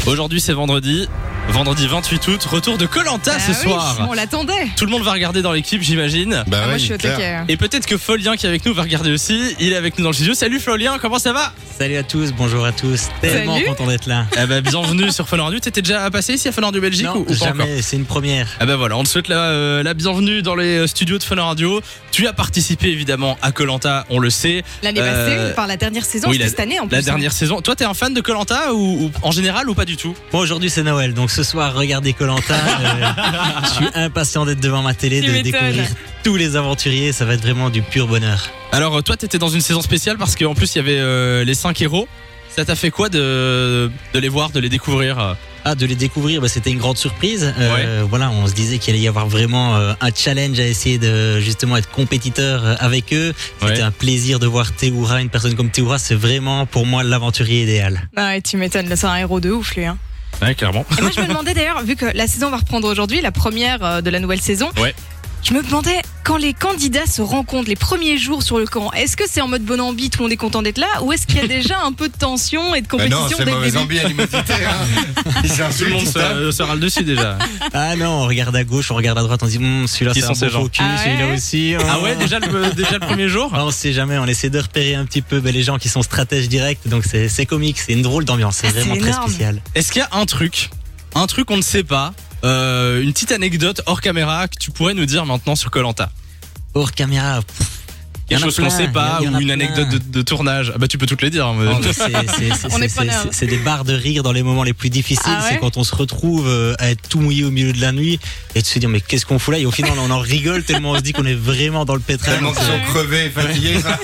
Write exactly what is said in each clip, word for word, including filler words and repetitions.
Aujourd'hui c'est vendredi, vendredi vingt-huit août, retour de Koh-Lanta Ah ce oui, soir. on l'attendait. Tout le monde va regarder dans l'équipe, j'imagine. Bah Ah, moi oui, je suis au clair. taquet. Et peut-être que Folien qui est avec nous va regarder aussi. Il est avec nous dans le studio. Salut Folien, comment ça va? Salut à tous, bonjour à tous. Tellement Salut. content d'être là. Eh ben, bienvenue sur Fun Radio. T'étais déjà passé ici à Fun Radio Belgique Non, ou, ou pas encore? jamais, c'est une première. Ah ben voilà, on te souhaite la, euh, la bienvenue dans les studios de Fun Radio. Tu as participé évidemment à Koh-Lanta, on le sait. L'année Euh, passée, par la dernière saison, oui, c'était la- cette année en plus. La dernière saison. Toi, t'es un fan de Koh-Lanta ou, ou en général ou pas du tout? Bon, aujourd'hui c'est Noël, donc ce soir, regardez Koh-Lanta. Euh, je suis impatient d'être devant ma télé, Tu de m'étonnes. découvrir tous les aventuriers. Ça va être vraiment du pur bonheur. Alors euh, toi, t'étais dans une saison spéciale parce qu'en plus il y avait euh, les cinq héros. Ça t'a fait quoi de, de les voir, de les découvrir? Ah, de les découvrir, bah, c'était une grande surprise. Euh, Voilà, on se disait qu'il allait y avoir vraiment euh, un challenge à essayer de justement être compétiteur euh, avec eux. C'était Ouais. un plaisir de voir Théoura, une personne comme Théoura, c'est vraiment pour moi l'aventurier idéal. Ah ouais, tu m'étonnes, là c'est un héros de ouf lui. Hein. Ouais, clairement. Et moi je me demandais d'ailleurs, vu que la saison va reprendre aujourd'hui, la première euh, de la nouvelle saison, Ouais. je me demandais quand les candidats se rencontrent les premiers jours sur le camp, est-ce que c'est en mode bonne ambi, tout le monde est content d'être là, ou est-ce qu'il y a déjà un peu de tension et de Bah compétition non, c'est dès le mauvaise début? ambi, animosité. Hein. Ils Tout le s'insultent, monde ils se, tapent. se râle dessus déjà. Ah non, on regarde à gauche, on regarde à droite, on se dit Hum, celui-là Qui c'est sont un ces beau gens faux cul, Ah ouais celui-là aussi. Ah ouais, déjà le, déjà le premier jour? Ah, on sait jamais, on essaie de repérer un petit peu ben, les gens qui sont stratèges directs, donc c'est c'est comique, c'est une drôle d'ambiance, c'est Ah, c'est vraiment très énorme. spécial. Est-ce qu'il y a un truc, un truc qu'on ne sait pas, euh, une petite anecdote hors caméra que tu pourrais nous dire maintenant sur Koh-Lanta? Hors caméra, pff, y en Quelque a chose qu'on plein, sait pas y en ou a une plein. anecdote de, de tournage? Ah bah tu peux toutes les dire. hein, mais- Oh, mais c'est- c'est- c'est- On est c'est- preneurs. c'est- c'est des barres de rire dans les moments les plus difficiles, Ah ouais c'est quand on se retrouve euh, à être tout mouillé au milieu de la nuit et de se dire mais qu'est-ce qu'on fout là, et au final on en rigole tellement on se dit qu'on est vraiment dans le pétrin. Tellement donc qu'ils c'est- sont crevés et fatigués. Ça.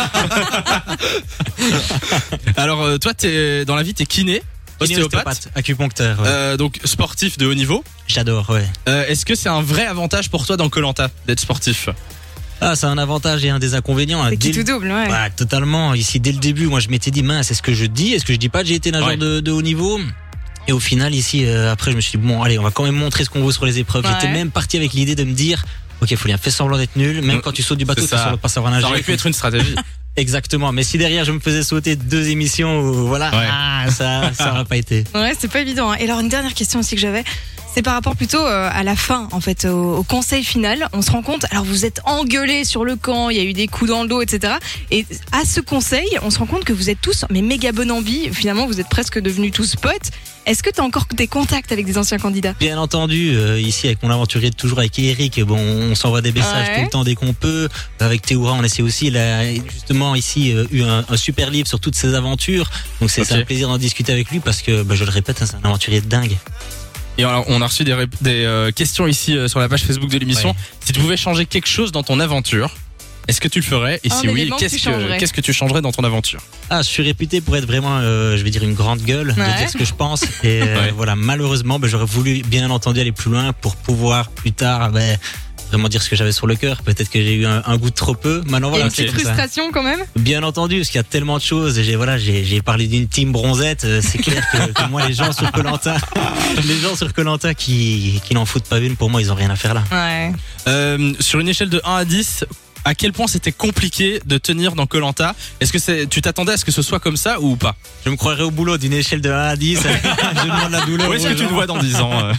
Alors euh, toi, t'es dans la vie, t'es kiné, Kiné, ostéopathe, ostéopathe, acupuncteur, ouais. euh, donc sportif de haut niveau. J'adore, ouais. Euh, Est-ce que c'est un vrai avantage pour toi dans Koh-Lanta d'être sportif? Ah, c'est un avantage et un désinconvénient. hein. C'est qui Dès le- tout double, ouais. Bah, totalement. Ici, dès le début, moi, je m'étais dit, mince, est-ce que je dis, est-ce que je dis pas que j'ai été nageur Ouais. de, de haut niveau? Et au final, ici, euh, après, je me suis dit, bon, allez, on va quand même montrer ce qu'on vaut sur les épreuves. Ouais. J'étais même parti avec l'idée de me dire, ok, faut bien faire semblant d'être nul, même Mm. quand tu sautes du bateau, C'est tu ça. ne pas savoir nager. Ça aurait pu être une stratégie. Exactement. Mais si derrière, je me faisais sauter deux émissions, euh, voilà, Ouais. ah, ça, ça aurait pas été. Ouais, c'est pas évident. hein. Et alors une dernière question aussi que j'avais, c'est par rapport plutôt euh, à la fin, en fait, au, au conseil final. On se rend compte, alors vous êtes engueulés sur le camp, il y a eu des coups dans le dos, et cetera. Et à ce conseil, on se rend compte que vous êtes tous, mais méga bon ambi. Finalement, vous êtes presque devenus tous potes. Est-ce que tu as encore des contacts avec des anciens candidats? Bien entendu, euh, ici avec mon aventurier, toujours avec Eric, bon, on s'envoie des messages Ouais. tout le temps dès qu'on peut. Avec Théoura, on essaie aussi. Il a justement ici euh, eu un, un super livre sur toutes ses aventures. Donc c'est Ok. c'est un plaisir d'en discuter avec lui parce que, bah, je le répète, hein, c'est un aventurier de dingue. Et alors, on a reçu des, rép- des euh, questions ici euh, sur la page Facebook de l'émission. Ouais. Si tu pouvais changer quelque chose dans ton aventure, est-ce que tu le ferais? Et Un si oui, élément que qu'est-ce tu que changerais. qu'est-ce que tu changerais dans ton aventure? Ah, je suis réputé pour être vraiment, euh, je vais dire, une grande gueule, Ouais. de dire ce que je pense. Et euh, Ouais. voilà, malheureusement, bah, j'aurais voulu bien entendu aller plus loin pour pouvoir plus tard bah, vraiment dire ce que j'avais sur le cœur. Peut-être que j'ai eu un, un goût de trop peu. Maintenant, Et voilà, une c'est petite comme ça. frustration quand même? Bien entendu, parce qu'il y a tellement de choses. J'ai voilà, j'ai j'ai parlé d'une team bronzette. euh, C'est clair que, que moi, les gens sur Koh-Lanta, les gens sur Koh-Lanta qui qui n'en foutent pas une, pour moi, ils ont rien à faire là. Ouais. Euh, sur une échelle de un à dix, à quel point c'était compliqué de tenir dans Koh-Lanta? Est-ce que c'est, tu t'attendais à ce que ce soit comme ça ou pas? Je me croirais au boulot d'une échelle de un à dix. Je demande la douleur. Où est-ce aux que tu gens. te vois dans dix ans? euh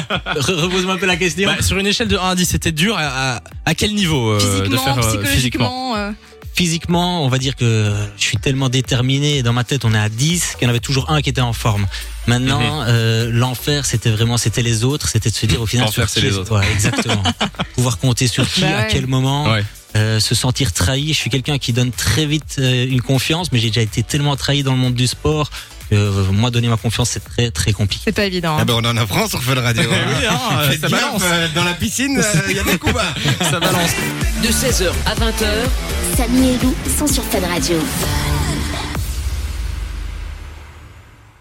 Re- Repose-moi un peu la question. Bah, sur une échelle de un à dix, c'était dur à, à, à quel niveau euh, Physiquement, de faire euh, psychologiquement. euh, Physiquement, on va dire que je suis tellement déterminé. Et dans ma tête, on est à dix, qu'il y en avait toujours un qui était en forme. Maintenant, euh, l'enfer, c'était vraiment, c'était les autres. C'était de se dire au final, L'enfer, sur c'est qui- les autres. Ouais, exactement. Pouvoir compter sur qui, Bah à ouais. quel moment. Ouais. Euh, se sentir trahi. Je suis quelqu'un qui donne très vite euh, une confiance, mais j'ai déjà été tellement trahi dans le monde du sport que euh, moi donner ma confiance c'est très très compliqué. C'est pas évident. hein. Ah ben on en apprend sur Fun Radio. Oui, hein, euh, Faites ça gaffe, balance. euh, dans la piscine, il y a des coups bas. Ça balance. De seize heures à vingt heures, Samy et Lou sont sur Fun Radio.